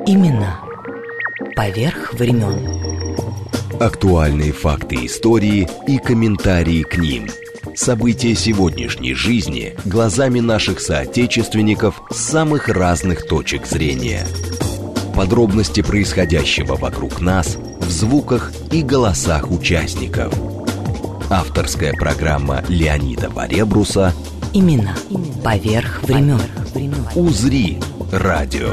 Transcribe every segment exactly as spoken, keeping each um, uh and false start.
Имена поверх времен. Актуальные факты истории и комментарии к ним. События сегодняшней жизни глазами наших соотечественников с самых разных точек зрения. Подробности происходящего вокруг нас в звуках и голосах участников. Авторская программа Леонида Баребруса Имена поверх времен. «Узри радио».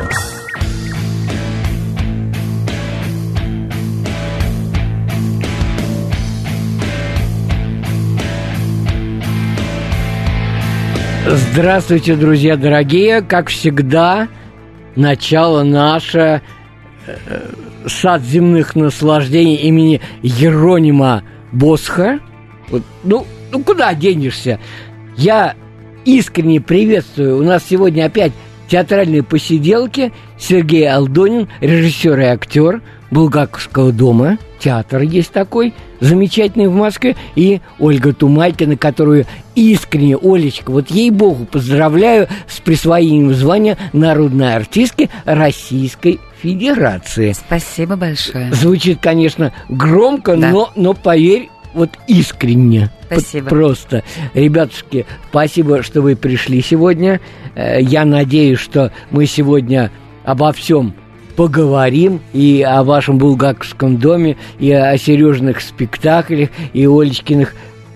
Здравствуйте, друзья дорогие! Как всегда, начало наше э, сад земных наслаждений имени Еронима Босха. Вот, ну, ну, куда денешься? Я искренне приветствую. У нас сегодня опять театральные посиделки. Сергей Алдонин, режиссер и актер Булгаковского дома. Театр есть такой, замечательный в Москве. И Ольга Тумайкина, которую искренне, Олечка, вот ей-богу, поздравляю с присвоением звания народной артистки Российской Федерации. Спасибо большое. Звучит, конечно, громко, да. но, но поверь, вот искренне. Спасибо. Просто. Ребятушки, спасибо, что вы пришли сегодня. Я надеюсь, что мы сегодня обо всем поговорим, и о вашем Булгаковском доме, и о Сережных спектаклях, и Олечкиных.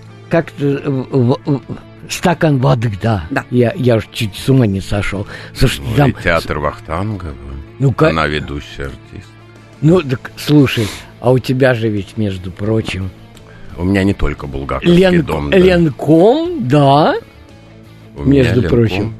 Как-то стакан воды, да. да. Я, я уж чуть с ума не сошел. Слушай, ну, там... и театр Вахтангова. Ну, как... Она ведущая артист. Ну, так, слушай, а у тебя же ведь, между прочим... У меня не только Булгаковский Лен... дом. Да. Ленком, да, У между меня прочим.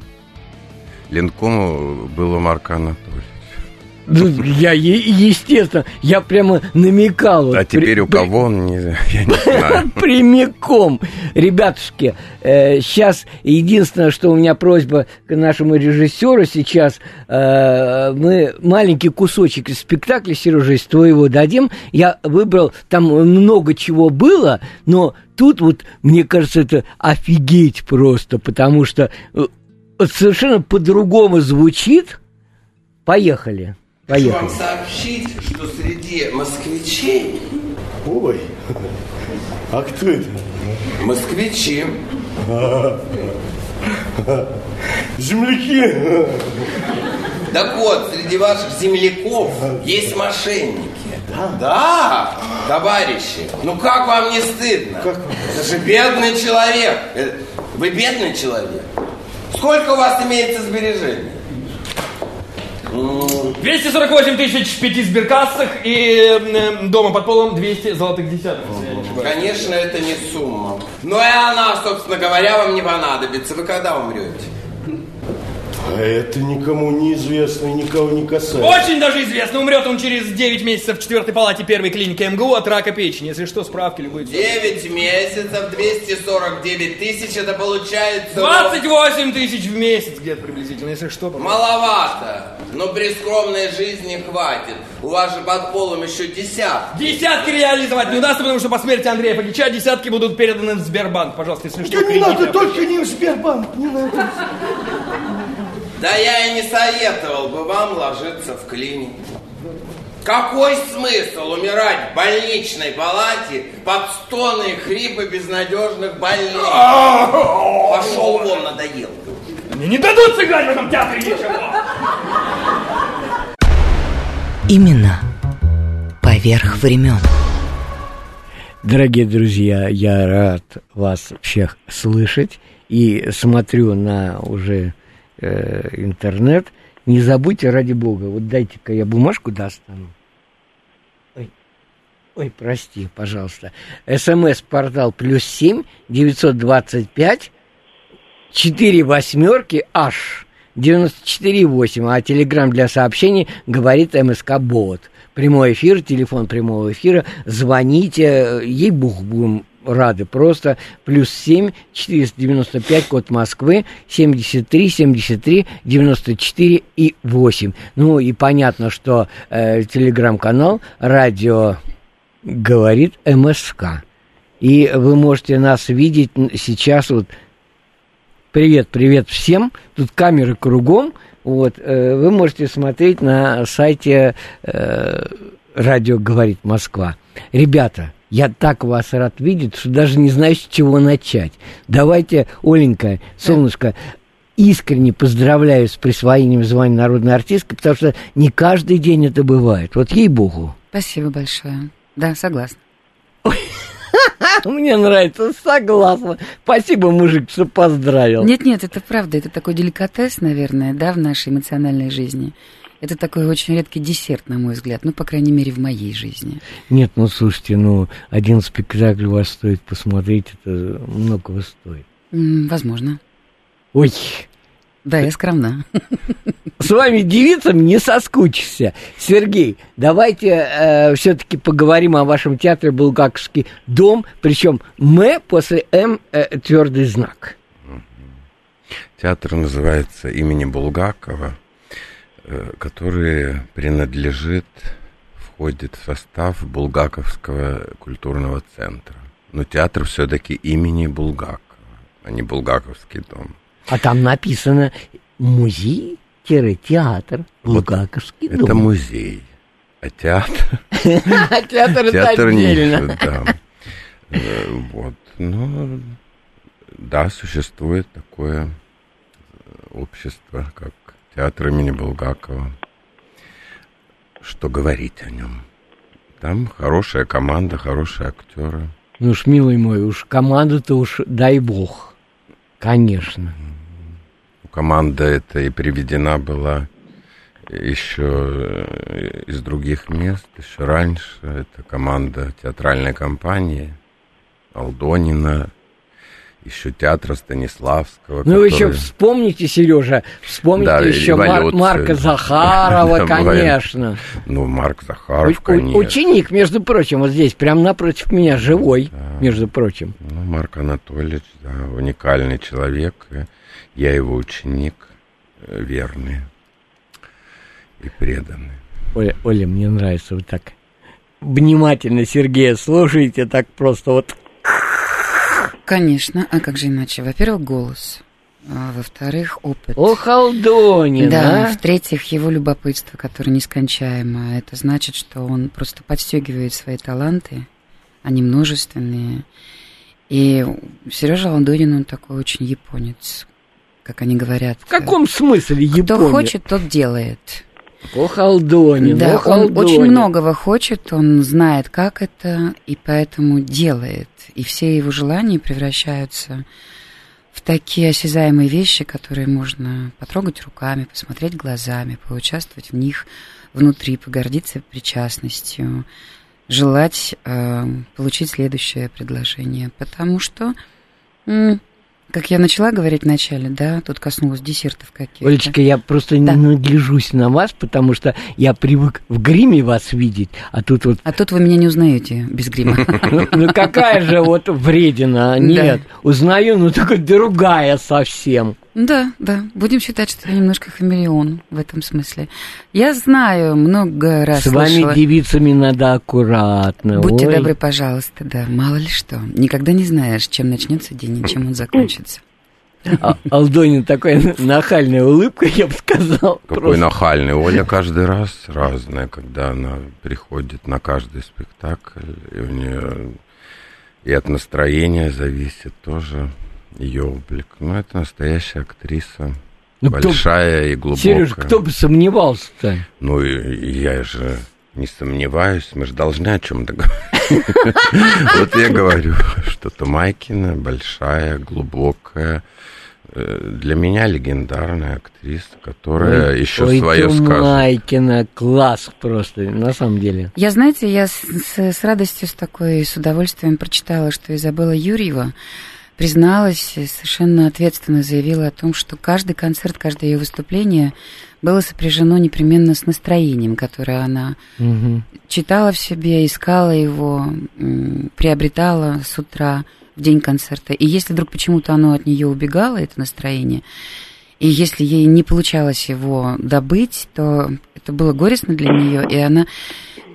Ленком был у Марка Анатольевича. Ну, я, естественно, я прямо намекал. А вот, теперь при, у кого, он не, я не знаю. Прямиком. Ребятушки, э, сейчас единственное, что у меня просьба к нашему режиссеру сейчас, э, мы маленький кусочек из спектакля, Сережа, из твоего дадим. Я выбрал, там много чего было, но тут вот, мне кажется, это офигеть просто, потому что э, совершенно по-другому звучит. Поехали. Хочу вам сообщить, что среди москвичей... Ой, а кто это? Москвичи. Земляки. Так вот, среди ваших земляков есть мошенники. Да? Да, товарищи. Ну как вам не стыдно? Как? Это же бедный человек. Вы бедный человек? Сколько у вас имеется сбережений? двести сорок восемь тысяч в пяти сберкассах и э, дома под полом двести золотых десятков. Конечно, это не сумма. Но и она, собственно говоря, вам не понадобится. Вы когда умрете? А это никому не известно и никого не касается. Очень даже известно. Умрет он через девять месяцев в четвертой палате первой клиники МГУ от рака печени. Если что, справки любые. девять месяцев, двести сорок девять тысяч, это получается... двадцать восемь тысяч в месяц где-то приблизительно, если что. Маловато, но при скромной жизни хватит. У вас же под полом еще десятки. Десятки реализовать не удастся, потому что по смерти Андрея Пагича десятки будут переданы в Сбербанк. Пожалуйста, если что, Да не надо, только не в Сбербанк, не надо. Да я и не советовал бы вам ложиться в клинику. Какой смысл умирать в больничной палате под стоны и хрипы безнадежных больных? Пошел вон, надоел. Мне не дадут сыграть в этом театре ничего. Имена поверх времен. Дорогие друзья, я рад вас всех слышать и смотрю на уже э, интернет. Не забудьте, ради бога, вот дайте-ка я бумажку достану. Ой, ой, прости, пожалуйста. СМС-портал плюс семь девятьсот двадцать пять четыре восьмерки аж девяносто четыре восемь, а телеграм для сообщений говорит МСК-бот. Прямой эфир, телефон прямого эфира, звоните, ей-богу, будем рады. Просто плюс семь четыреста девяносто пять, код Москвы, семьдесят три семьдесят три девяносто четыре и восемь. Ну и понятно, что э, телеграм-канал радио говорит МСК. И вы можете нас видеть сейчас вот Привет, привет всем. Тут камеры кругом. Вот, э, вы можете смотреть на сайте э, «Радио говорит Москва». Ребята, я так вас рад видеть, что даже не знаю, с чего начать. Давайте, Оленька, солнышко, искренне поздравляю с присвоением звания народной артистки, потому что не каждый день это бывает. Вот ей-богу. Спасибо большое. Да, согласна. Мне нравится, согласна. Спасибо, мужик, что поздравил. Нет-нет, это правда, это такой деликатес, наверное, да, в нашей эмоциональной жизни. Это такой очень редкий десерт, на мой взгляд, ну, по крайней мере, в моей жизни. Нет, ну, слушайте, ну, один спектакль у вас стоит посмотреть, это многого стоит. М, возможно. Ой. Да, я скромна. С вами, девицам, не соскучишься. Сергей, давайте э, все-таки поговорим о вашем театре «Булгаковский дом», причем «М» после «М» э, твердый знак. Театр называется имени Булгакова, э, который принадлежит, входит в состав Булгаковского культурного центра. Но театр все-таки имени Булгакова, а не Булгаковский дом. А там написано «Музей-театр Булгаковский дом». Это музей, а театр... Театр это отдельно. Да. Вот. Ну, да, существует такое общество, как театр имени Булгакова. Что говорить о нем? Там хорошая команда, хорошие актеры. Ну уж, милый мой, уж команду-то уж дай бог. Конечно. Команда эта и приведена была еще из других мест, еще раньше. Это команда театральной компании Алдонина, еще театра Станиславского. Ну, который... вы еще вспомните, Сережа, вспомните да, еще Мар- Марка Захарова, конечно. Ну, Марк Захаров, У- конечно. Ученик, между прочим, вот здесь, прямо напротив меня, живой, да. между прочим. Ну, Марк Анатольевич, да, уникальный человек. Я его ученик, верный и преданный. Оля, Оля, мне нравится, вы так внимательно Сергея слушаете, так просто вот... Конечно, а как же иначе? Во-первых, голос, а во-вторых, опыт. Ох, Алдонин, да, а? В-третьих, его любопытство, которое нескончаемо. Это значит, что он просто подстегивает свои таланты, они множественные. И Сережа Алдонин, он такой очень японец, как они говорят. В каком смысле японец? Кто хочет, тот делает. Ох, Алдонин, да, ох, он Алдонин. очень многого хочет, он знает, как это, и поэтому делает. И все его желания превращаются в такие осязаемые вещи, которые можно потрогать руками, посмотреть глазами, поучаствовать в них внутри, погордиться причастностью, желать э, получить следующее предложение. Потому что... М- Как я начала говорить вначале, да, тут коснулась десертов каких-то. Олечка, я просто да. не нагляжусь на вас, потому что я привык в гриме вас видеть, а тут вот... А тут вы меня не узнаете без грима. Ну какая же вот вредина, нет, узнаю, но только другая совсем. Да, да, будем считать, что я немножко хамелеон в этом смысле. Я знаю, много раз С вами слышала... девицами надо аккуратно. Будьте Ой. добры, пожалуйста, да, мало ли что. Никогда не знаешь, чем начнется день и чем он закончится. А, Алдонин такой нахальная улыбка, я бы сказал. Какой просто. нахальный. Оля каждый раз разная, когда она приходит на каждый спектакль, и у нее и от настроения зависит тоже ее облик. Ну, это настоящая актриса. Ну, большая кто... и глубокая. Сереж, кто бы сомневался-то? Ну, и я же не сомневаюсь, мы же должны о чем-то говорить. Вот я говорю, что Томайкина большая, глубокая, для меня легендарная актриса, которая ой, еще ой, свое скажет. Томайкина, класс просто, на самом деле. Я, знаете, я с, с, с радостью, с такой, с удовольствием прочитала, что Изабелла Юрьева призналась, совершенно ответственно заявила о том, что каждый концерт, каждое ее выступление было сопряжено непременно с настроением, которое она угу. читала в себе, искала его, приобретала с утра в день концерта. И если вдруг почему-то оно от нее убегало, это настроение, и если ей не получалось его добыть, то это было горестно для нее, и она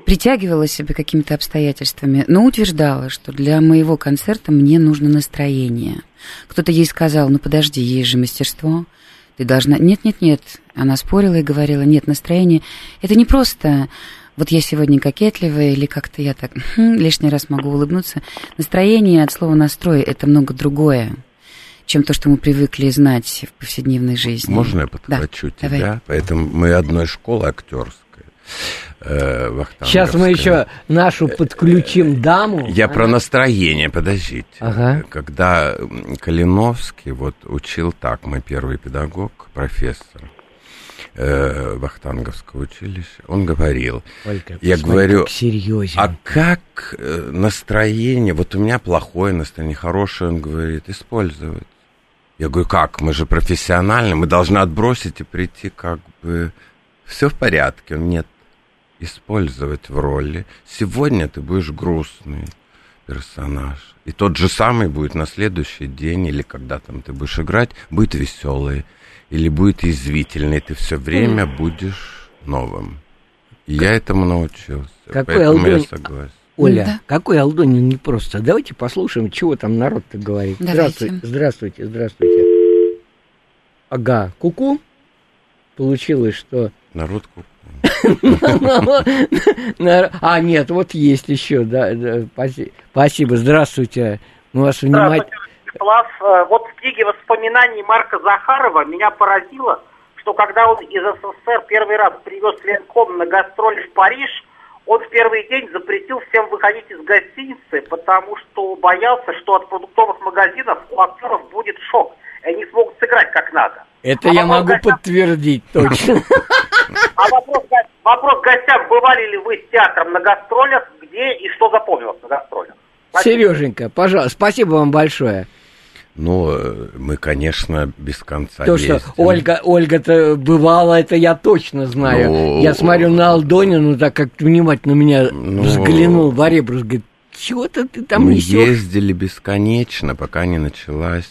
притягивала себя какими-то обстоятельствами, но утверждала, что для моего концерта мне нужно настроение. Кто-то ей сказал, ну подожди, есть же мастерство, ты должна... Нет-нет-нет, она спорила и говорила, нет, настроение, это не просто... Вот я сегодня кокетливая, или как-то я так хм, лишний раз могу улыбнуться. Настроение от слова «настрой» — это много другое, чем то, что мы привыкли знать в повседневной жизни. Можно я подхвачу да, тебя? Давай. Поэтому мы одной школы актерской. Э, Сейчас мы еще нашу подключим даму. Я она... про настроение, подождите. Ага. Когда Калиновский вот учил так, мой первый педагог, профессор Вахтанговского училища, он говорил, Ольга, я говорю, как серьезен. А как настроение, вот у меня плохое настроение, хорошее, он говорит, использовать. Я говорю, как, мы же профессиональны, мы должны отбросить и прийти как бы, все в порядке. Он, нет, использовать в роли. Сегодня ты будешь грустный персонаж, и тот же самый будет на следующий день, или когда там ты будешь играть, будет веселый. Или будет язвительный, ты все время mm. будешь новым. И как... я этому научился. Какой поэтому Алдонин... я согласен. Оля, да. какой Алдонин непросто. Давайте послушаем, чего там народ-то говорит. Здравствуйте, здравствуйте, здравствуйте. Ага, ку-ку. Получилось, что... Народ ку-ку. А, нет, вот есть еще, да, спасибо, здравствуйте. Мы вас внимательно... Вот в книге воспоминаний Марка Захарова меня поразило, что когда он из СССР первый раз привез Ленком на гастроли в Париж, он в первый день запретил всем выходить из гостиницы, потому что боялся, что от продуктовых магазинов у актеров будет шок, и они смогут сыграть как надо. Это я могу подтвердить точно. А вопрос гостям, бывали ли вы с театром на гастролях, где и что запомнилось на гастролях? Сереженька, пожалуйста, спасибо вам большое. Ну, мы, конечно, без конца То, ездим. что Ольга, Ольга-то бывала, это я точно знаю. Ну, я смотрю на Алдонину, так как внимательно меня ну, взглянул в ребрус, говорит, чего-то ты там мы несешь? Мы ездили бесконечно, пока не началась...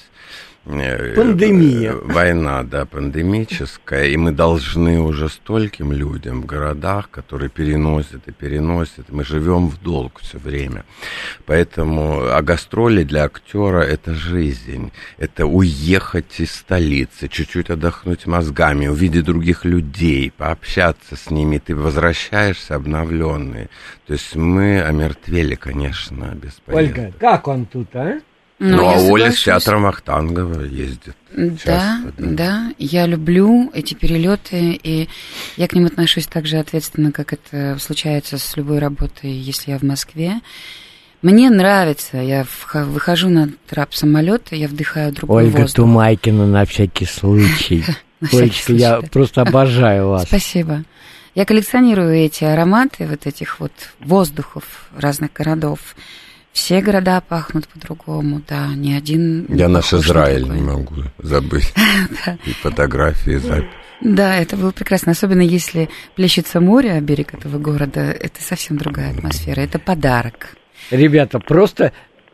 Пандемия. Война, да, пандемическая, и мы должны уже стольким людям в городах, которые переносят и переносят, мы живем в долг все время. Поэтому, а гастроли для актера это жизнь, это уехать из столицы, чуть-чуть отдохнуть мозгами, увидеть других людей, пообщаться с ними, ты возвращаешься обновленный. То есть мы омертвели, конечно, без поездок. Ольга, как он тут, а? Ну, ну а Оля с театром Вахтангова ездит. Да, часто, да, да, я люблю эти перелеты, и я к ним отношусь так же ответственно, как это случается с любой работой, если я в Москве. Мне нравится, я выхожу на трап самолета, я вдыхаю другой Ольга воздух. Тумайкина на всякий случай. Олечка, я просто обожаю вас. Спасибо. Я коллекционирую эти ароматы, вот этих вот воздухов разных городов. Все города пахнут по-другому, да, ни один... Я наш Израиль не могу забыть. И фотографии, запись. Да, это было прекрасно, особенно если плещется море, а берег этого города, это совсем другая атмосфера, это подарок. Ребята, просто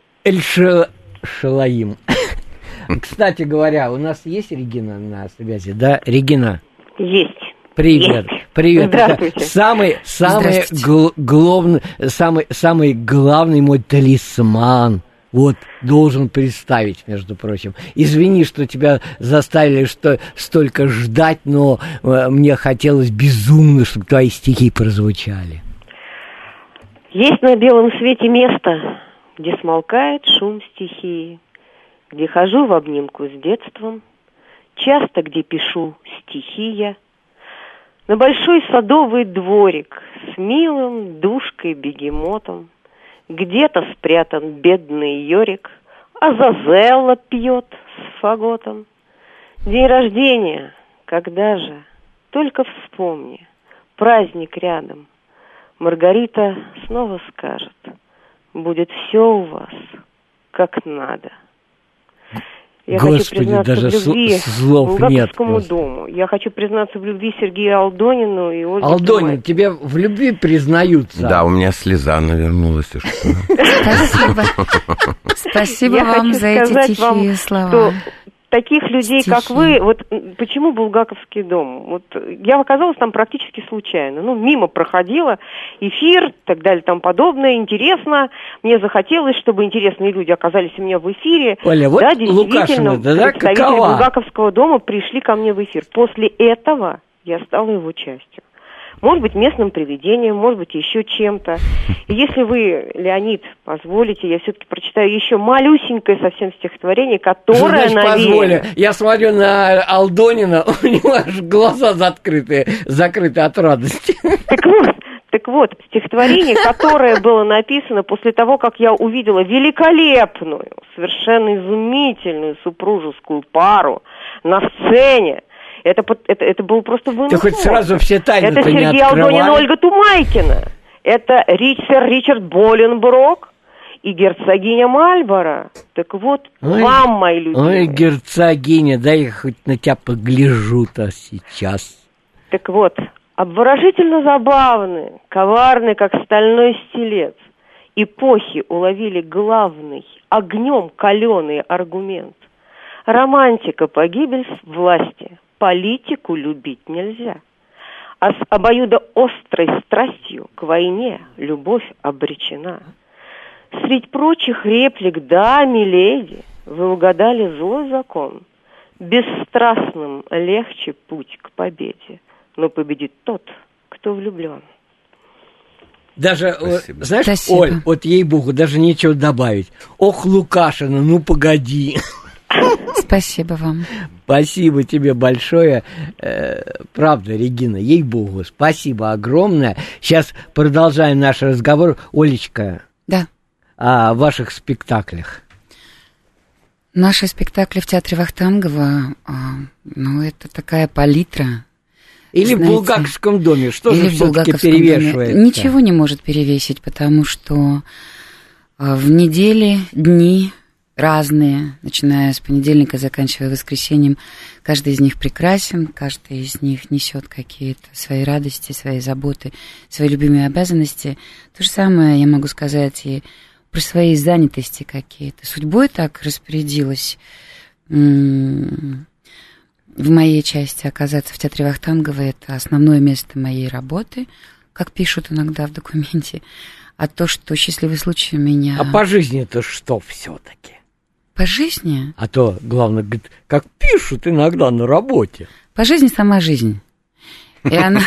Эль-Шалаим. Кстати говоря, у нас есть Регина на связи, да? Регина? Есть. Привет, есть. Привет. Здравствуйте. Это самый, самый, гл- главный, самый, самый главный мой талисман. Вот, должен представить, между прочим. Извини, что тебя заставили что, столько ждать, но э, мне хотелось безумно, чтобы твои стихи прозвучали. Есть на белом свете место, где смолкает шум стихии, где хожу в обнимку с детством, часто где пишу стихи я. На большой садовый дворик с милым душкой-бегемотом, где-то спрятан бедный Йорик, Азазелла пьет с фаготом. День рождения, когда же? Только вспомни, праздник рядом. Маргарита снова скажет, будет все у вас как надо. Я Господи, хочу даже в любви слов нет. Дому. Я хочу признаться в любви Сергею Алдонину и Ольге Алдонин, Тумайкиной. тебе в любви признаются. Да, у меня слеза навернулась. Спасибо. Спасибо вам за эти тихие слова. таких людей, Стихи. как вы, вот почему Булгаковский дом? Вот я оказалась там практически случайно. Ну, мимо проходила, эфир, так далее, там подобное, интересно. Мне захотелось, чтобы интересные люди оказались у меня в эфире. Оля, вот да, действительно, Лукашина, да, да, представители какова? Булгаковского дома пришли ко мне в эфир. После этого я стала его частью. Может быть, местным привидением, может быть, еще чем-то. И если вы, Леонид, позволите, я все-таки прочитаю еще малюсенькое совсем стихотворение, которое, Значит, наверное... позволю. Я смотрю на Алдонина, у него аж глаза закрыты, закрыты от радости. Так вот, так вот, стихотворение, которое было написано после того, как я увидела великолепную, совершенно изумительную супружескую пару на сцене. Это, это, это был просто вынос. Ты хоть сразу все тайны-то Это не Сергей открывай. Алдонин, Ольга Тумайкина. Это Рич, сэр Ричард Боленброк и герцогиня Мальборо. Так вот, Ой, вам, мои любимые. Ой, герцогиня, дай я хоть на тебя погляжу-то сейчас. Так вот, обворожительно забавны, коварны, как стальной стилет. Эпохи уловили главный, огнем каленый аргумент. Романтика, погибель власти. Политику любить нельзя. А с обоюдоострой страстью к войне любовь обречена. Средь прочих реплик «да, миледи», вы угадали злой закон. Бесстрастным легче путь к победе, но победит тот, кто влюблен. Даже, Спасибо. знаешь, Спасибо. Оль, вот ей-богу, даже нечего добавить. Ох, Лукашина, ну погоди. Спасибо вам. Спасибо тебе большое. Э, правда, Регина, ей-богу, спасибо огромное. Сейчас продолжаем наш разговор. Олечка, Да. о ваших спектаклях. Наши спектакли в театре Вахтангова, а, ну, это такая палитра. Или знаете, в Булгаковском доме. Что или же в все-таки Булгаковском перевешивает? доме. Ничего не может перевесить, потому что а, в неделе дни разные, начиная с понедельника, заканчивая воскресеньем. Каждый из них прекрасен, каждый из них несет какие-то свои радости, свои заботы, свои любимые обязанности. То же самое я могу сказать и про свои занятости какие-то. Судьбой так распорядилась м- в моей части оказаться в театре Вахтангова. Это основное место моей работы, как пишут иногда в документе. А то, что счастливый случай у меня... А по жизни-то что все-таки? По жизни? А то, главное, говорит, как пишут иногда на работе. По жизни сама жизнь. И она...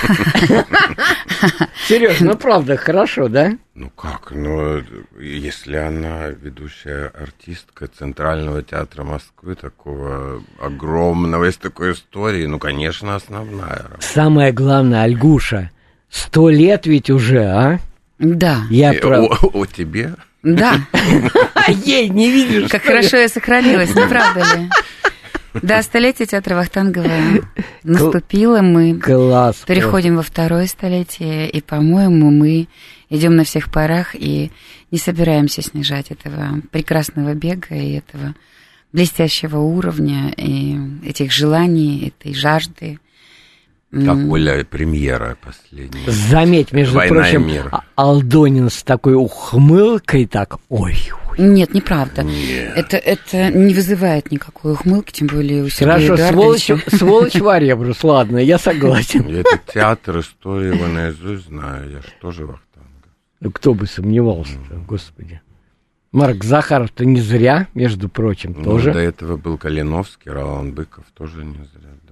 Сереж, ну правда, хорошо, да? Ну как, ну если она ведущая артистка Центрального театра Москвы, такого огромного, из такой истории, ну, конечно, основная работа. Самое главное, Альгуша, сто лет ведь уже, а? Да. Я И прав. о, о тебе? Да. Ей не видишь, Как что ли? хорошо я сохранилась, не правда ли? Да, столетие театра Вахтангова наступило, мы Класс. переходим во второе столетие, и, по-моему, мы идем на всех парах и не собираемся снижать этого прекрасного бега и этого блестящего уровня, и этих желаний, этой жажды. Как Оля, премьера последняя. Заметь, между «Война и прочим, мир». А- Алдонин с такой ухмылкой так, ой, ой. Нет, неправда. Нет. Это, это не вызывает никакой ухмылки, тем более у Сергея Хорошо, сволочь, Эдуардовича. сволочь в Аребрус, ладно, я согласен. Я этот театр, историю его наизусть знаю, я же тоже Вахтангов. Ну, кто бы сомневался-то, господи. Марк Захаров-то не зря, между прочим, Ну, тоже. до этого был Калиновский, Ролан Быков, тоже не зря, да.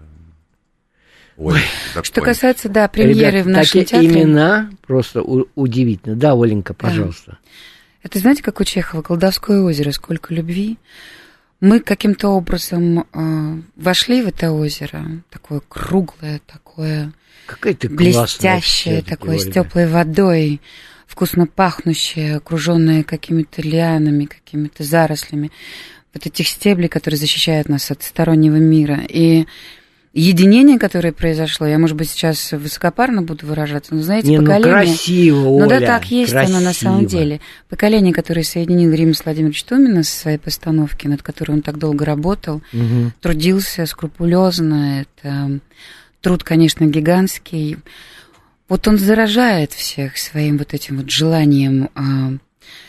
Ой, Что касается, да, премьеры Ребят, в нашем такие театре. имена просто у- удивительно. Да, Оленька, пожалуйста. Это, знаете, как у Чехова, «Колдовское озеро», сколько любви. Мы каким-то образом э, вошли в это озеро, такое круглое, такое Какая ты классная блестящее, всё-таки, такое с Ольга. теплой водой, вкусно пахнущее, окруженное какими-то лианами, какими-то зарослями. Вот этих стеблей, которые защищают нас от стороннего мира. И единение, которое произошло, я, может быть, сейчас высокопарно буду выражаться, но, знаете, Не, ну поколение... красиво, Ну да, Оля, так есть оно на самом красиво. деле. Поколение, которое соединил Римас Владимирович Тумина со своей постановки, над которой он так долго работал, Мгм. трудился скрупулезно, это труд, конечно, гигантский. Вот он заражает всех своим вот этим вот желанием а,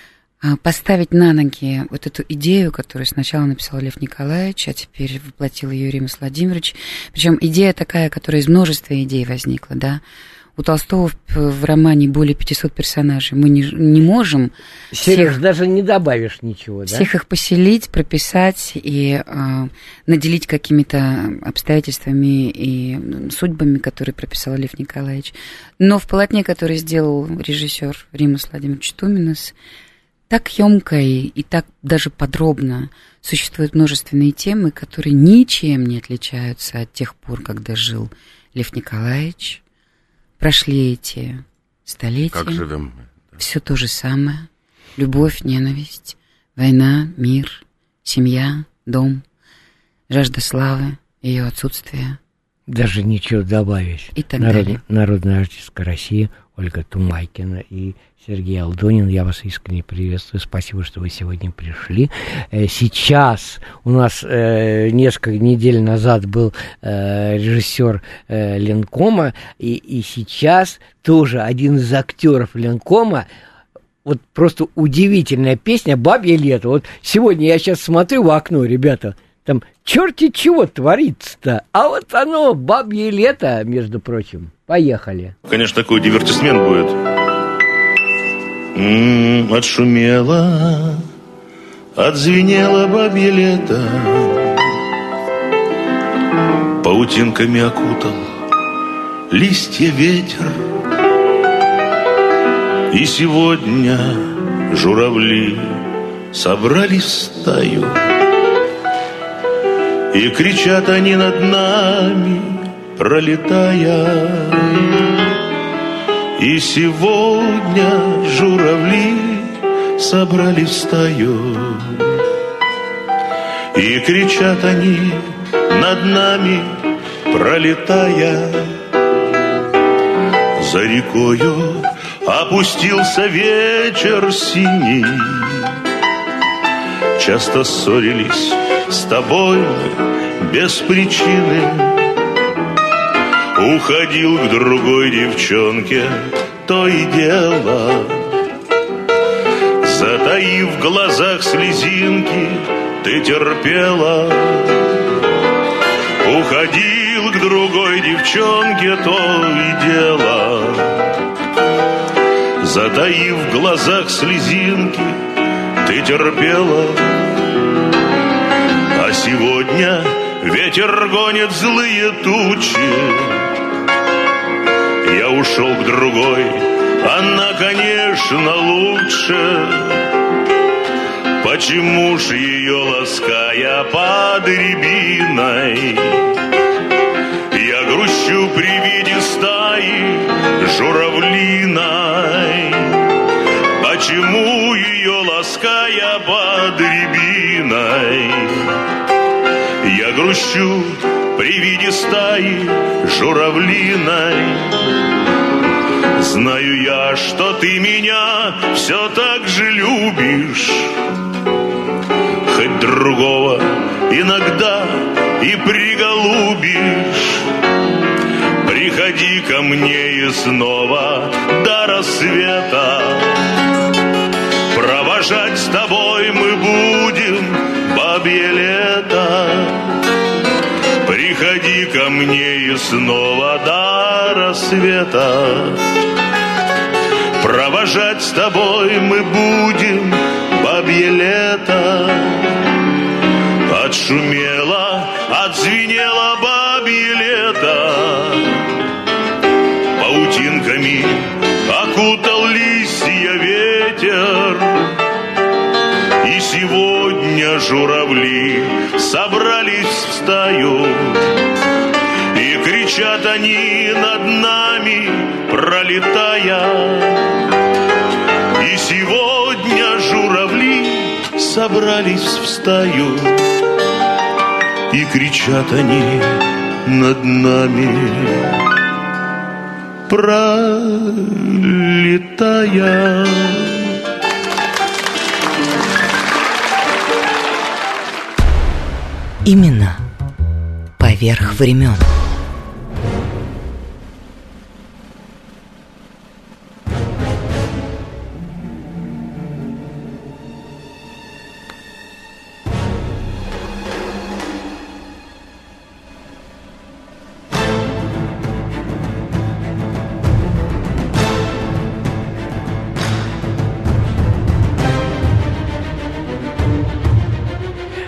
поставить на ноги вот эту идею, которую сначала написал Лев Николаевич, а теперь воплотил ее Римас Владимирович. Причем идея такая, которая из множества идей возникла, да. У Толстого в, в романе более пятисот персонажей. Мы не, не можем... Сереж, всех, даже не добавишь ничего, да? Всех их поселить, прописать и э, наделить какими-то обстоятельствами и судьбами, которые прописал Лев Николаевич. Но в полотне, который сделал режиссер Римас Владимирович Туминас, так емко и, и так даже подробно существуют множественные темы, которые ничем не отличаются от тех пор, когда жил Лев Николаевич. Прошли эти столетия. Как живем мы? Да. Все то же самое. Любовь, ненависть, война, мир, семья, дом, жажда славы, ее отсутствие. Даже ничего добавить. И так Народ, далее. Народная артистка России Ольга Тумайкина и Сергей Алдонин. Я вас искренне приветствую. Спасибо, что вы сегодня пришли. Сейчас у нас э, несколько недель назад был э, режиссер э, Ленкома, и, и сейчас тоже один из актеров Ленкома. Вот просто удивительная песня «Бабье лето». Вот сегодня я сейчас смотрю в окно, ребята, там черти чего творится-то. А вот оно, «Бабье лето», между прочим. Поехали. Конечно, такой дивертисмент будет. М-м, отшумело, отзвенело бабье лето, паутинками окутал листья ветер. И сегодня журавли собрались в стаю, и кричат они над нами, пролетая. И сегодня журавли собрались в стаю, и кричат они над нами, пролетая. За рекою опустился вечер синий, часто ссорились с тобой мы без причины. Уходил к другой девчонке, то и дело, затаив в глазах слезинки, ты терпела. Уходил к другой девчонке, то и дело, затаив в глазах слезинки, ты терпела. А сегодня ветер гонит злые тучи, я ушел к другой, она, конечно, лучше. Почему ж ее, лаская под рябиной, я грущу при виде стаи журавлиной? Почему ее, лаская под рябиной, я грущу при виде стаи журавлиной? Знаю я, что ты меня все так же любишь, хоть другого иногда и приголубишь. Приходи ко мне и снова до рассвета, провожать с тобой мы будем бабье лето. Приходи ко мне и снова до рассвета, провожать с тобой мы будем бабье лето. Отшумело, отзвенело бабье лето, паутинками окутал листья ветер. И сегодня журавли собрались в стаю, и кричат они над нами, пролетая. И сегодня журавли собрались в стаю, и кричат они над нами, пролетая. Именно поверх времен.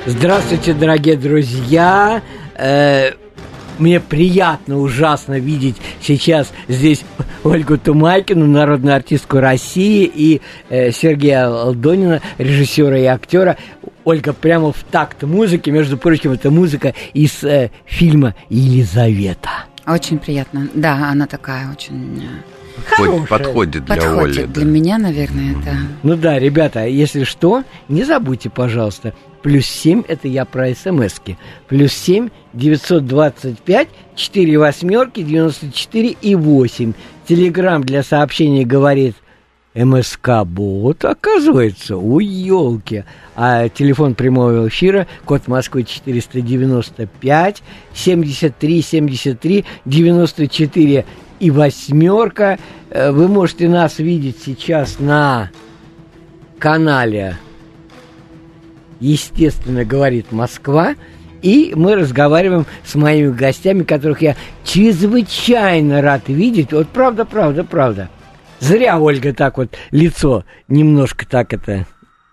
Здравствуйте, дорогие друзья. Э, мне приятно, ужасно видеть сейчас здесь Ольгу Тумайкину, народную артистку России, и э, Сергея Алдонина, режиссера и актера. Ольга, прямо в такт музыки. Между прочим, это музыка из э, фильма «Елизавета». Очень приятно. Да, она такая очень... Подходит, подходит для подходит Оли. Для да. меня, наверное, да. Ну да, ребята, если что, не забудьте, пожалуйста, плюс семь, это я про смс-ки, плюс семь девятьсот двадцать пять четыре восьмерки девяносто четыре и восемь. Телеграм для сообщений говорит МСК-бот, оказывается, у елки. А телефон прямого эфира, код Москвы четыреста девяносто пять семьдесят три семьдесят три девяносто четыре и восьмерка. Вы можете нас видеть сейчас на канале, естественно, говорит Москва. И мы разговариваем с моими гостями, которых я чрезвычайно рад видеть. Вот правда, правда, правда. Зря Ольга так вот лицо немножко так это...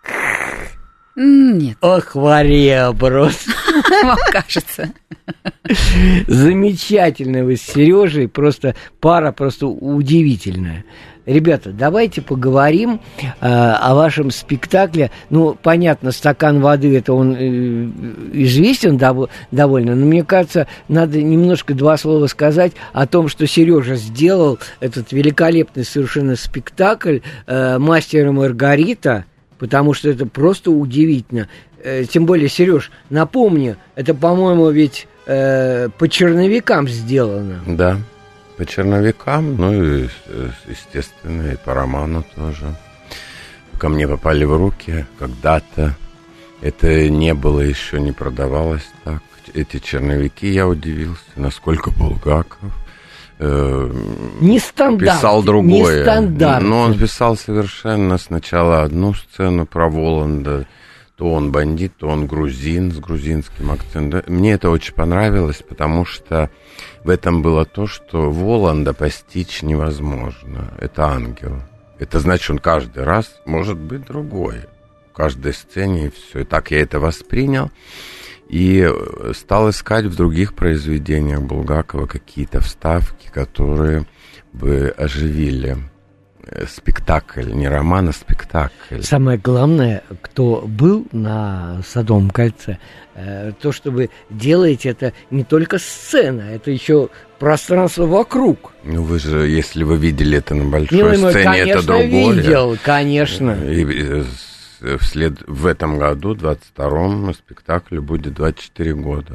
Нет. Ох, вареброс. Вам кажется. Замечательно вы с Сережей, просто пара просто удивительная. Ребята, давайте поговорим э, о вашем спектакле. Ну, понятно, «Стакан воды» это он э, известен дов- довольно, но мне кажется, надо немножко два слова сказать о том, что Сережа сделал этот великолепный совершенно спектакль э, «Мастер и Маргарита», потому что это просто удивительно. Э, тем более, Сереж, напомню, это, по-моему, ведь э, по черновикам сделано. Да. По черновикам, ну и, естественно, и по роману тоже. Ко мне попали в руки когда-то. Это не было еще, не продавалось так. Эти черновики, я удивился, насколько Булгаков э, Нестандарт, писал другое. Нестандарт. Но он писал совершенно сначала одну сцену про Воланда. То он бандит, то он грузин с грузинским акцентом. Мне это очень понравилось, потому что в этом было то, что Воланда постичь невозможно. Это ангел. Это значит, он каждый раз может быть другой. В каждой сцене и все. И так я это воспринял. И стал искать в других произведениях Булгакова какие-то вставки, которые бы оживили спектакль, не роман, а спектакль. Самое главное, кто был на Садовом кольце, э, то, что вы делаете, это не только сцена, это еще пространство вокруг. Ну, вы же, если вы видели это на большой Милый мой, сцене, конечно, это другое. видел, конечно. И, и вслед, в этом году, двадцать втором, спектаклю будет двадцать четыре года.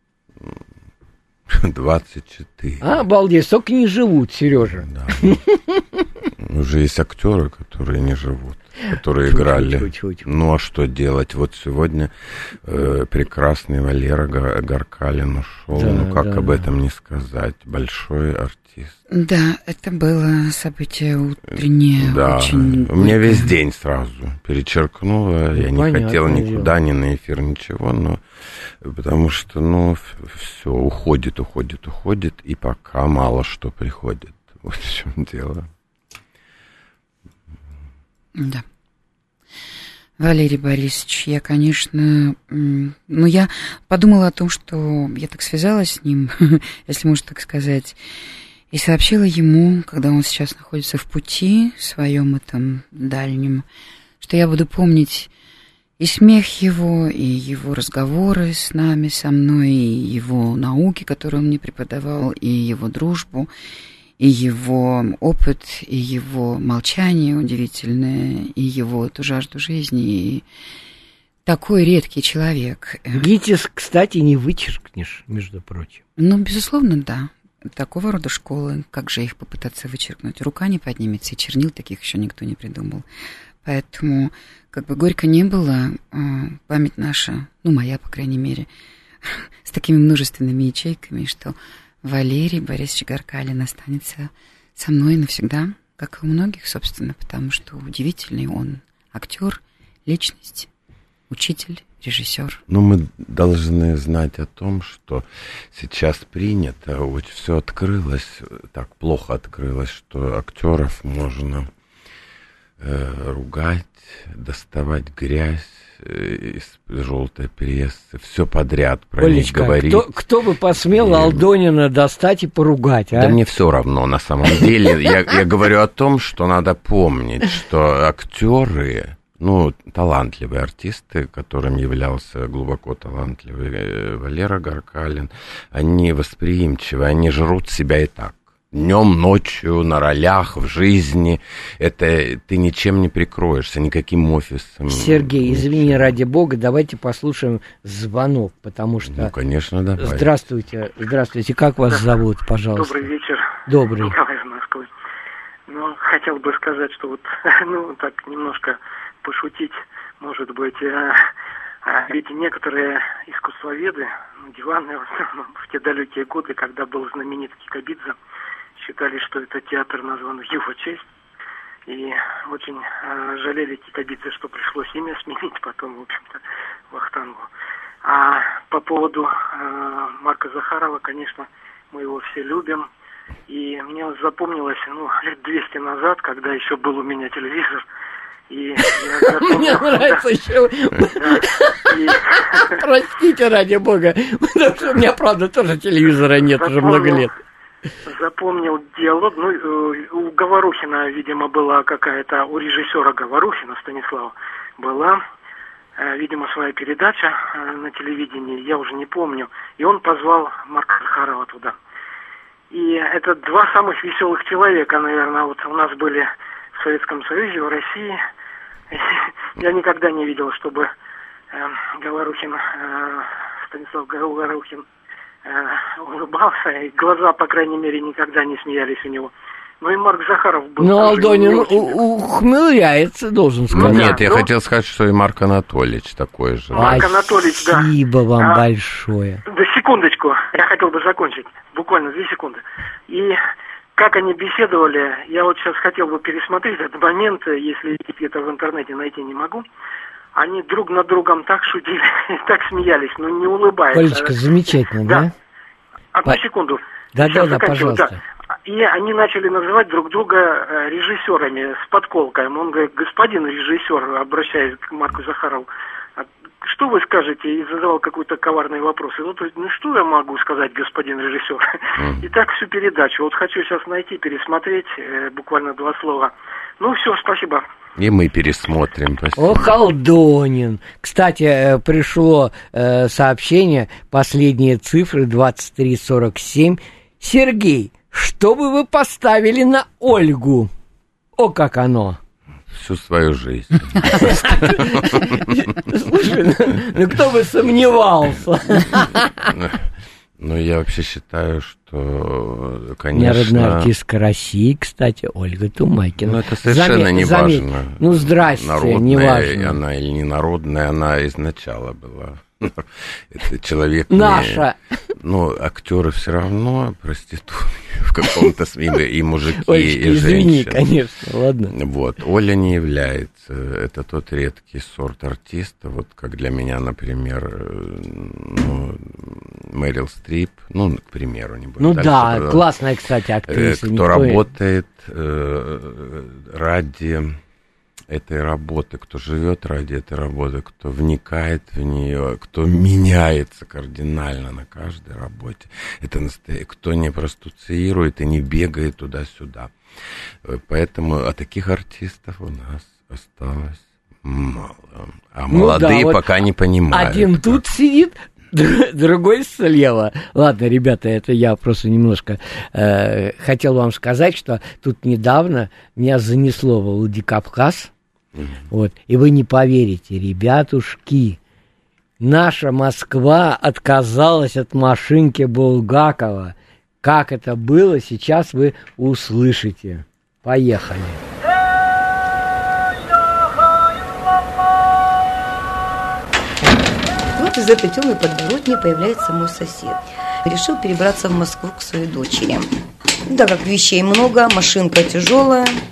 двадцать четыре. А, обалдеть, столько не живут, Сережа. Да. Уже есть актеры, которые не живут, которые чуть, играли. Чуть, чуть, чуть. Ну, а что делать? Вот сегодня э, прекрасный Валера Гаркалин ушел. Да, ну, как да, об этом не сказать? Большой артист. Да, это было событие утреннее. Да, очень у меня весь день сразу перечеркнуло. Ну, я не хотел никуда, ни на эфир, ничего, но потому что, ну, все уходит, уходит, уходит, и пока мало что приходит. Вот в чем дело. Да. Валерий Борисович, я, конечно, ну, я подумала о том, что я так связалась с ним, если можно так сказать, и сообщила ему, когда он сейчас находится в пути своем этом дальнем, что я буду помнить и смех его, и его разговоры с нами, со мной, и его науки, которые он мне преподавал, и его дружбу, и его опыт, и его молчание удивительное, и его эту жажду жизни, и такой редкий человек. ГИТИС, кстати, не вычеркнешь, между прочим. Ну, безусловно, да. Такого рода школы, как же их попытаться вычеркнуть? Рука не поднимется, и чернил таких еще никто не придумал. Поэтому, как бы горько не было, память наша, ну, моя, по крайней мере, с такими множественными ячейками, что Валерий Борисович Гаркалин останется со мной навсегда, как и у многих, собственно, потому что удивительный он актер, личность, учитель, режиссер. Ну, мы должны знать о том, что сейчас принято, вот все открылось, так плохо открылось, что актеров можно э, ругать, доставать грязь из желтой прессы, все подряд про них говорить. Кто, кто бы посмел и... Алдонина достать и поругать, а? Да мне все равно, на самом деле. Я, я говорю о том, что надо помнить, что актеры, ну, талантливые артисты, которым являлся глубоко талантливый Валера Гаркалин, они восприимчивы, они жрут себя и так. Днем, ночью, на ролях, в жизни. Это ты ничем не прикроешься, никаким офисом. Сергей, извини, ради бога, давайте послушаем звонок, потому что... Ну, конечно, давай. Здравствуйте, здравствуйте. Как вас зовут, пожалуйста? Добрый вечер. Добрый. Николай из Москвы. Ну, хотел бы сказать, что вот, ну, так немножко пошутить, может быть, а, а, ведь некоторые искусствоведы, ну, диванные, в те далекие годы, когда был знаменит Кикабидзе, считали, что это театр назван в его честь. И очень э, жалели Кикабидзе, что пришлось имя сменить потом, в общем-то, Вахтангу. А по поводу э, Марка Захарова, конечно, мы его все любим. И мне вот запомнилось, ну, лет двести назад, когда еще был у меня телевизор, и я запомнил... Мне нравится еще... Простите, ради бога, потому что у меня, правда, тоже телевизора нет уже много лет. Запомнил диалог, ну, у Говорухина, видимо, была какая-то, у режиссера Говорухина, Станислава, была, видимо, своя передача на телевидении, я уже не помню, и он позвал Марка Захарова туда. И это два самых веселых человека, наверное, вот у нас были в Советском Союзе, в России. Я никогда не видел, чтобы Говорухин, Станислав Говорухин, улыбался, и глаза, по крайней мере, никогда не смеялись у него. Ну и Марк Захаров был... Ну, Алдонин ухмыляется, должен сказать. Ну, нет, я ну... хотел сказать, что и Марк Анатольевич такой же. Марк Анатольевич, да. Спасибо вам а, большое. Да, секундочку, я хотел бы закончить, буквально две секунды. И как они беседовали, я вот сейчас хотел бы пересмотреть этот момент, если где-то в интернете найти не могу. Они друг над другом так шутили, так смеялись, но не улыбаясь. Олечка, замечательно, да? да? Одну По... секунду. Да-да-да, пожалуйста. Да. И они начали называть друг друга режиссерами с подколкой. Он говорит, господин режиссер, обращаясь к Марку Захарову, что вы скажете? И задавал какой-то коварный вопрос. И вот, ну что я могу сказать, господин режиссер? Mm. И так всю передачу. Вот хочу сейчас найти, пересмотреть, буквально два слова. Ну все, спасибо. И мы пересмотрим. Спасибо. Ох, Алдонин. Кстати, пришло э, сообщение, последние цифры двадцать три сорок семь. Сергей, что бы вы поставили на Ольгу? О, как оно! Всю свою жизнь. Слушай, ну кто бы сомневался? Ну, я вообще считаю, что, конечно... Народная артистка России, кстати, Ольга Тумакина. Ну, это совершенно не важно. Ну, здрасте, не важно. Она или не народная, она изначала была. Это человек... Наша. Не, ну, актеры все равно проститутки в каком-то смысле, и мужики, Олечка, и женщины. Извини, конечно, ладно. Вот, Оля не является, это тот редкий сорт артиста, вот как для меня, например, ну, Мэрил Стрип, ну, к примеру, не будем Ну дальше, да, но, классная, кстати, актриса. Кто никто... работает э, ради... этой работы, кто живет ради этой работы, кто вникает в нее, кто меняется кардинально на каждой работе. Это настоящее, кто не простуцирует и не бегает туда-сюда. Поэтому а таких артистов у нас осталось мало. А ну молодые да, вот пока не понимают. Один как... тут сидит, другой слева. Ладно, ребята, это я просто немножко э, хотел вам сказать, что тут недавно меня занесло в Владикавказ. Mm-hmm. Вот, и вы не поверите, ребятушки, наша Москва отказалась от машинки Булгакова. Как это было, сейчас вы услышите. Поехали. Вот из этой темной подворотни появляется мой сосед. Решил перебраться в Москву к своей дочери. Да, как вещей много, машинка тяжелая.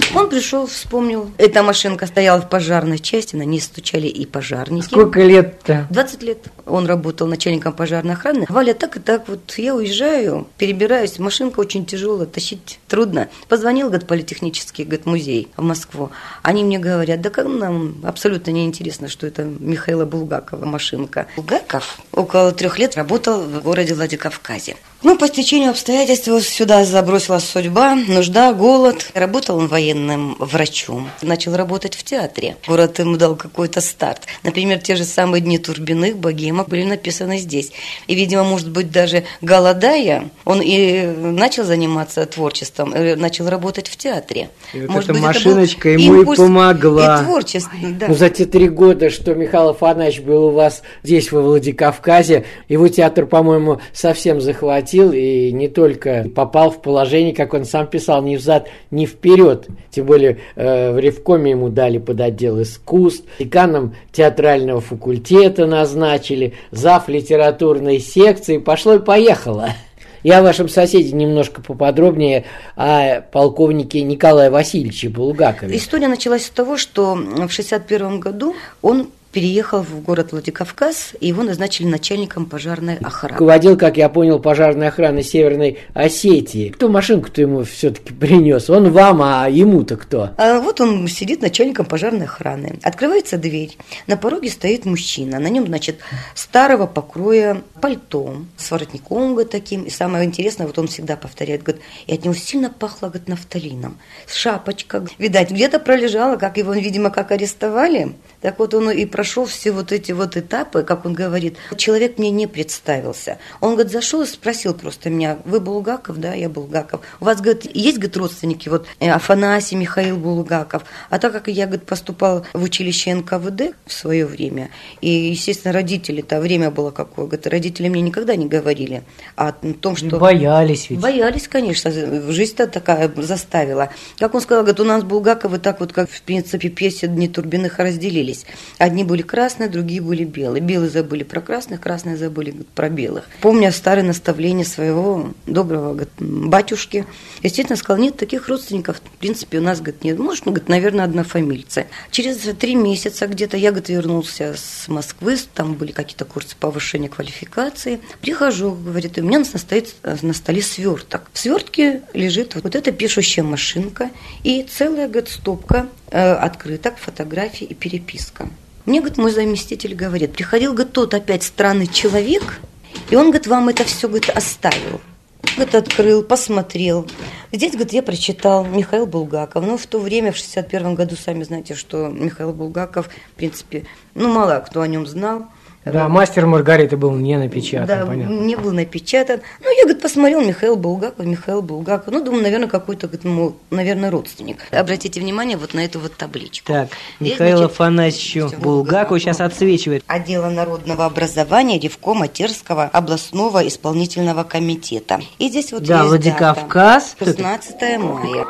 Он пришел, вспомнил. Эта машинка стояла в пожарной части, на ней стучали и пожарники. Сколько лет-то? двадцать лет. Он работал начальником пожарной охраны. Валя, так и так, вот я уезжаю, перебираюсь, машинка очень тяжелая, тащить трудно. Позвонил, говорит, политехнический, говорит, музей в Москву. Они мне говорят, да как нам абсолютно неинтересно, что это Михаила Булгакова машинка. Булгаков около трех лет работал в городе Владикавказе. Ну, по стечению обстоятельств сюда забросила судьба, нужда, голод. Работал он военным врачом. Начал работать в театре. Город ему дал какой-то старт. Например, те же самые «Дни Турбиных», «Богема» были написаны здесь. И, видимо, может быть, даже голодая, он и начал заниматься творчеством, начал работать в театре. И вот может эта быть, машиночка ему и помогла. И творчество, да. Ну, за те три года, что Михаил Афанасьевич был у вас здесь, во Владикавказе, его театр, по-моему, совсем захватил. И не только попал в положение, как он сам писал, ни взад, ни вперед. Тем более э, в Ревкоме ему дали под отдел искусств, деканом театрального факультета назначили, зав. Литературной секции. Пошло и поехало. Я о вашем соседе немножко поподробнее, о полковнике Николае Васильевиче Булгакове. История началась с того, что в шестьдесят первом году он переехал в город Владикавказ, и его назначили начальником пожарной охраны. Руководил, как я понял, пожарной охраны Северной Осетии. Кто машинку-то ему все-таки принес? Он вам, а ему-то кто? А вот он сидит начальником пожарной охраны. Открывается дверь. На пороге стоит мужчина. На нем, значит, старого покроя пальто с воротником, говорит, таким. И самое интересное, вот он всегда повторяет, говорит, и от него сильно пахло, говорит, нафталином. Шапочка, видать, где-то пролежала, как его, видимо, как арестовали. Так вот он и прошел все вот эти вот этапы, как он говорит. Человек мне не представился. Он, говорит, зашел и спросил просто меня, вы Булгаков? Да, я Булгаков. У вас, говорит, есть, говорит, родственники, вот Афанасий, Михаил Булгаков. А так как я, говорит, поступал в училище эн ка вэ дэ в свое время, и, естественно, родители-то, время было какое, говорит, родители мне никогда не говорили о том, что... Боялись ведь. Боялись, конечно. Жизнь-то такая заставила. Как он сказал, говорит, у нас Булгаковы так вот, как в принципе пьесе «Дни Турбиных» разделились. Одни были красные, другие были белые. Белые забыли про красных, красные забыли, говорит, про белых. Помня старые наставления своего доброго, говорит, батюшки, естественно, сказал, нет, таких родственников, в принципе, у нас, говорит, нет. Может, ну, говорит, наверное, однофамильцы. Через три месяца где-то я, говорит, вернулся с Москвы, там были какие-то курсы повышения квалификации. Прихожу, говорит, у меня стоит на столе сверток. В свертке лежит вот эта пишущая машинка и целая, говорит, стопка э, открыток, фотографий и переписка. Мне, говорит, мой заместитель говорит, приходил, говорит, тот опять странный человек, и он, говорит, вам это все, говорит, оставил. Говорит, открыл, посмотрел. Здесь, говорит, я прочитал Михаил Булгаков. Но в то время, в шестьдесят первом году, сами знаете, что Михаил Булгаков, в принципе, ну, мало кто о нем знал. Да, «Мастер Маргарита» был не напечатан, да, понятно. не был напечатан. Ну, я, говорит, посмотрел Михаил Булгаков, Михаил Булгаков. Ну, думаю, наверное, какой-то, говорит, ну, наверное, родственник. Обратите внимание вот на эту вот табличку. Так, Здесь, Михаил значит, Афанасьевичу Булгакову сейчас отсвечивает. Отдела народного образования Ревкома Терского областного исполнительного комитета. И здесь вот да, есть Владикавказ. дата. шестнадцатое мая.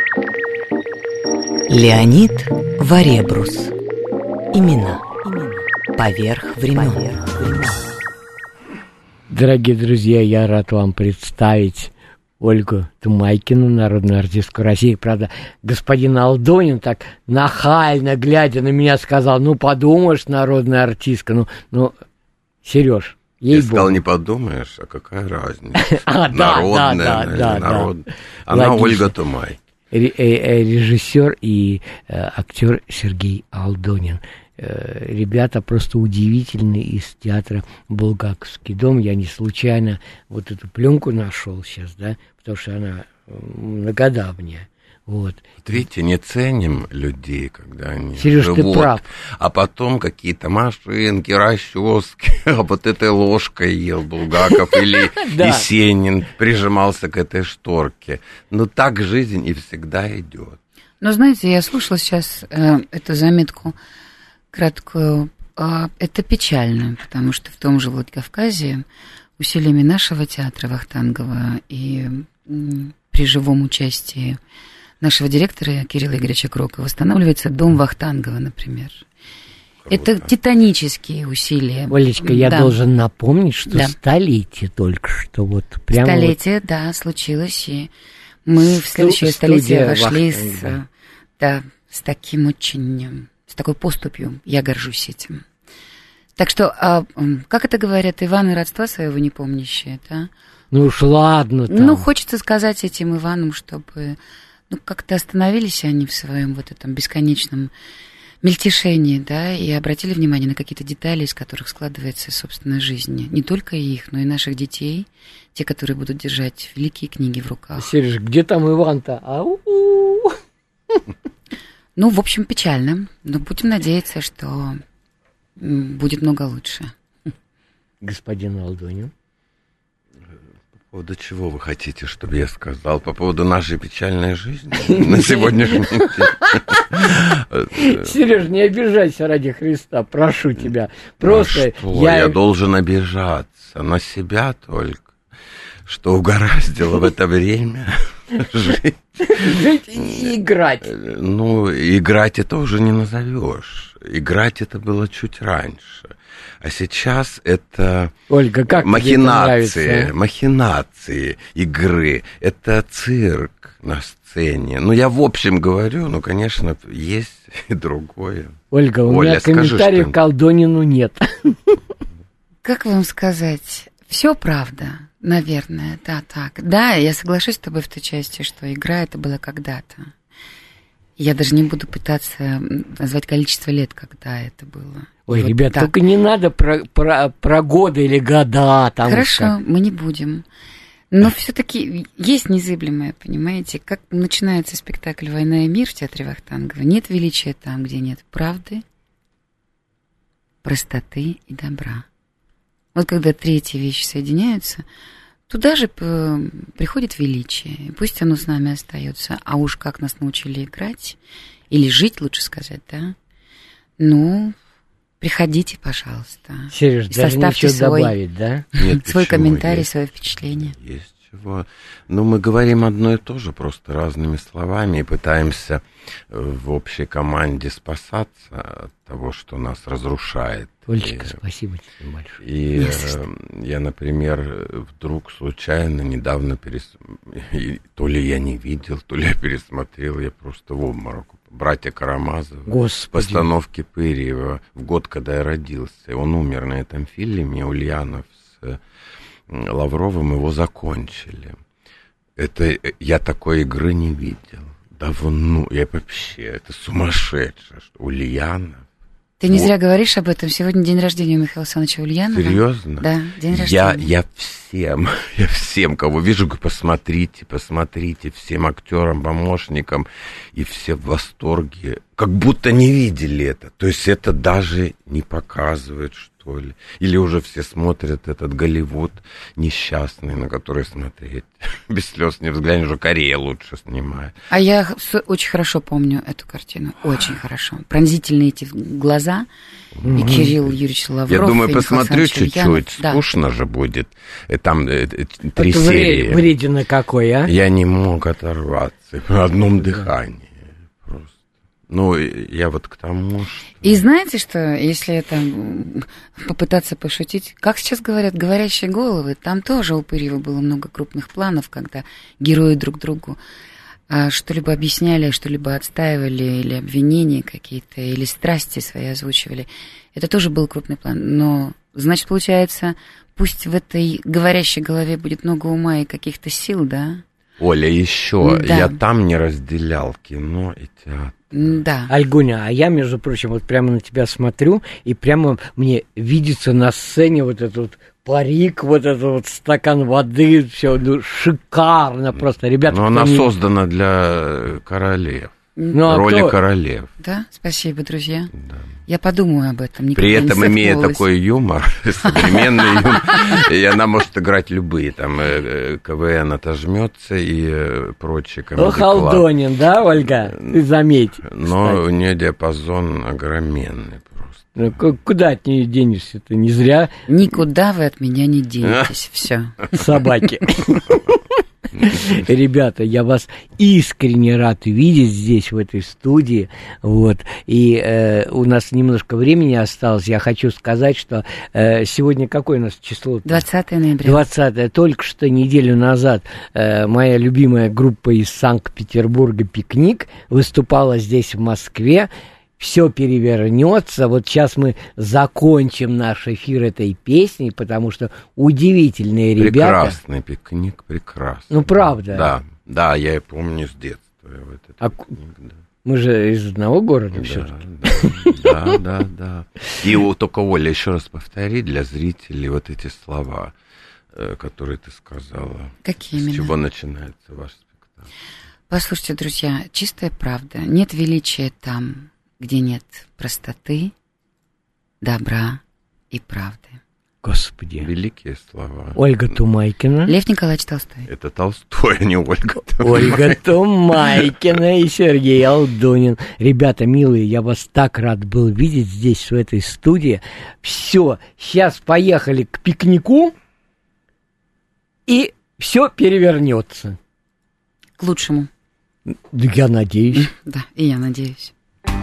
Леонид Варебрус. Имена. Поверх времен. Дорогие друзья, я рад вам представить Ольгу Тумайкину, народную артистку России. Правда, господин Алдонин так нахально, глядя на меня, сказал, ну, подумаешь, народная артистка. Ну, ну Сереж, ей Я сказал, не подумаешь, а какая разница? А, да, Народная, да, да, да. Она Ольга Тумай. Режиссер и актер Сергей Алдонин. Ребята просто удивительные из театра «Булгаковский дом». Я не случайно вот эту пленку нашел сейчас, да, потому что она многодавняя. Вот. Вот видите, не ценим людей, когда они Сереж, живут, ты прав. А потом какие-то машинки, расчески, а вот этой ложкой ел Булгаков или Есенин прижимался к этой шторке. Но так жизнь и всегда идет. Но знаете, я слушала сейчас э, эту заметку краткую. Э, это печально, потому что в том же Владикавказе усилиями нашего театра Вахтангова и э, при живом участии нашего директора Кирилла Игоревича Крокова восстанавливается дом Вахтангова, например. Круто. Это титанические усилия. Олечка, да. Я должен напомнить, что да. столетие только что вот прямо... Столетие, вот... да, случилось, и мы в следующее столетие вошли с Да, с таким очень, с такой поступью я горжусь этим. Так что, а, как это говорят, Иван и родства своего не помнящие, да? Ну уж ладно там. Ну, хочется сказать этим Иванам, чтобы, ну, как-то остановились они в своем вот этом бесконечном мельтешении, да, и обратили внимание на какие-то детали, из которых складывается собственная жизнь. Не только их, но и наших детей, те, которые будут держать великие книги в руках. Сереж, где там Иван-то? Ау! Ну, в общем, печально, но будем надеяться, что будет много лучше. Господин Алдонин. По поводу чего вы хотите, чтобы я сказал? По поводу нашей печальной жизни на сегодняшний день? Сереж, не обижайся ради Христа, прошу тебя. Просто я... я должен обижаться на себя только, что угораздило в это время жить. Жить и играть. Ну, играть это уже не назовешь. Играть это было чуть раньше. А сейчас это Ольга, как махинации, махинации игры. Это цирк на сцене. Ну, я в общем говорю, ну, конечно, есть и другое. Ольга, у Оля, меня комментариев к Алдонину нет. Как вам сказать? Все правда, наверное, да, так. Да, я соглашусь с тобой в той части, что игра это была когда-то. Я даже не буду пытаться назвать количество лет, когда это было. Ой, вот ребят, так. только не надо про, про, про годы или года. Там Хорошо, как... мы не будем. Но все-таки есть незыблемое, понимаете? Как начинается спектакль «Война и мир» в театре Вахтангова, нет величия там, где нет правды, простоты и добра. Вот когда три эти вещи соединяются, туда же приходит величие. И пусть оно с нами остается. А уж как нас научили играть, или жить, лучше сказать, да? Ну, приходите, пожалуйста. Сереж, даже составьте ничего свой, добавить, да? Нет, свой почему? комментарий, Есть, свое впечатление. Есть чего. Ну, мы говорим одно и то же, просто разными словами, и пытаемся в общей команде спасаться от того, что нас разрушает. Олечка, и, спасибо тебе большое. И э, я, например, вдруг случайно недавно перес... и, то ли я не видел, то ли я пересмотрел, я просто в обморок. Братья Карамазовы. Господи. Постановки Пырьева в год, когда я родился. Он умер на этом фильме, Ульянов с Лавровым его закончили. Это я такой игры не видел. Давно, я вообще, это сумасшедшее, что Ульянов. Ты не вот. Зря говоришь об этом. Сегодня день рождения у Михаила Александровича Ульянова. Серьезно? Да, день рождения. Я, я всем, я всем, кого вижу, говорю, посмотрите, посмотрите, всем актерам, помощникам, и все в восторге, как будто не видели это. То есть это даже не показывают, что ли. Или уже все смотрят этот Голливуд несчастный, на который смотреть без слез не взглянешь, уже Корея лучше снимает. А я очень хорошо помню эту картину, очень хорошо. Пронзительные эти глаза, mm-hmm. и Кирилл Юрьевич Лавров. Я думаю, посмотрю чуть-чуть, да. Скучно же будет. Там э, э, три это серии. Вредина какой, а? Я не мог оторваться в одном дыхании. Ну, я вот к тому, что... И знаете, что, если это попытаться пошутить, как сейчас говорят, говорящие головы, там тоже у Пырьева было много крупных планов, когда герои друг другу что-либо объясняли, что-либо отстаивали, или обвинения какие-то, или страсти свои озвучивали. Это тоже был крупный план. Но, значит, получается, пусть в этой говорящей голове будет много ума и каких-то сил, да? Оля, еще, да. я там не разделял кино и театр. Да. Альгуня, а я, между прочим, вот прямо на тебя смотрю, и прямо мне видится на сцене вот этот вот парик, вот этот вот стакан воды, все ну, шикарно просто, ребята. Но она не... создана для королев, ну, роли а кто... королев. Да, спасибо, друзья. Да. Я подумаю об этом. Никогда При этом, не имея такой юмор, современный юмор, и она может играть любые, там, КВН отожмется и прочее. Ох, Алдонин, да, Ольга? Ты заметь. Но у нее диапазон огроменный просто. Ну, куда от нее денешься? Ты не зря... Никуда вы от меня не денетесь, все. Собаки. Ребята, я вас искренне рад видеть здесь, в этой студии. Вот. И э, у нас немножко времени осталось. Я хочу сказать, что э, сегодня какое у нас число? двадцатое ноября. двадцатое. Только что неделю назад э, моя любимая группа из Санкт-Петербурга «Пикник» выступала здесь, в Москве. Все перевернется. Вот сейчас мы закончим наш эфир этой песней, потому что удивительные ребята. Прекрасный «Пикник», прекрасный. Ну, правда. Да, да, я и помню с детства. Вот этот а пикник, да. Мы же из одного города да, все-таки. Да, да, да, да. И вот только, Оля, еще раз повтори для зрителей вот эти слова, которые ты сказала. Какие С именно? чего начинается ваш спектакль? Послушайте, друзья, чистая правда. Нет величия там, где нет простоты, добра и правды. Господи. Великие слова. Ольга Тумайкина. Лев Николаевич Толстой. Это Толстой, а не Ольга Тумайкина. Ольга Тумайкина и Сергей Алдунин. Ребята, милые, я вас так рад был видеть здесь, в этой студии. Все, сейчас поехали к пикнику, и все перевернется. К лучшему. Да я надеюсь. Да, и я надеюсь.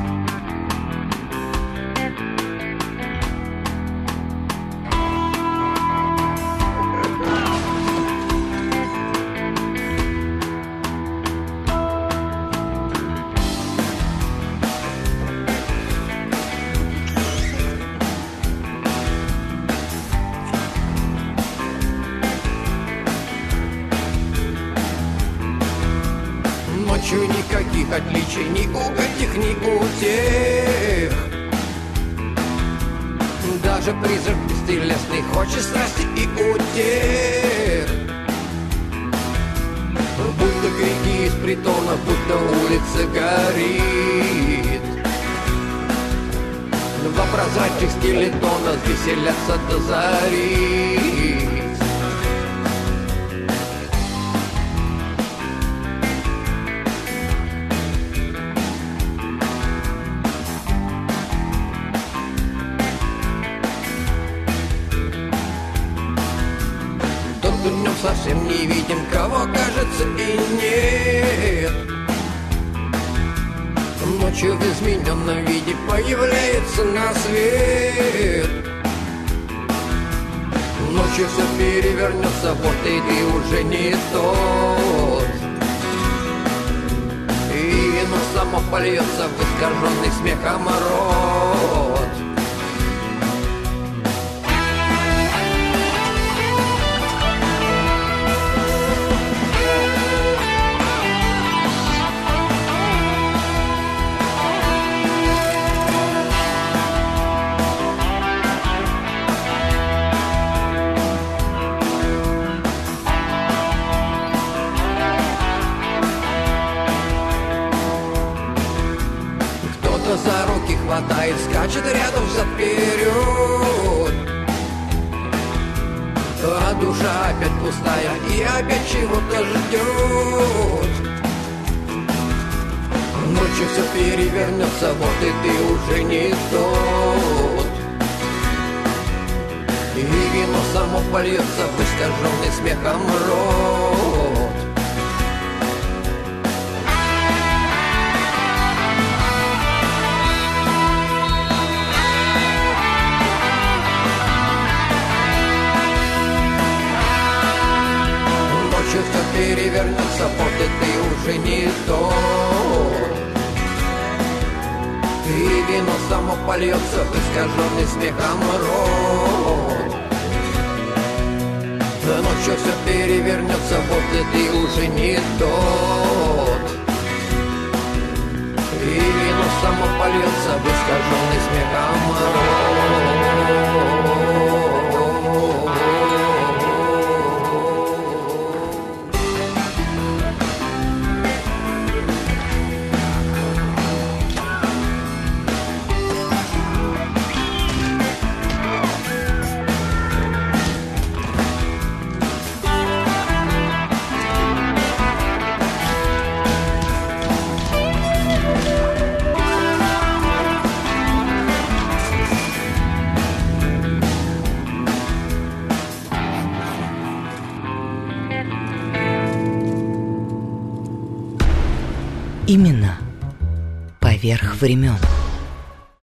Ночью никаких отличий ни у этих, ни у тех. Даже призрак бестелесный хочет страсти и утех. Будто крики из притона, будто улица горит. Два прозрачных скелетона веселятся до зари. Совсем не видим, кого, кажется, и нет. Ночью в измененном виде появляется на свет. Ночью все перевернется, вот и ты уже не тот. И вино само польется в искаженный смехом рот. За руки хватает, скачет рядом взад-вперед. А душа опять пустая и опять чего-то ждет. Ночью все перевернется, вот и ты уже не тот. И вино само польется в искаженный смехом рот. Ночью все перевернется, вот и ты уже не тот. И вино само польется в искаженный смехом рот. Ночью все перевернется, вот и ты уже не тот. И вино само польется в искаженный смехом рот. Имена поверх времен.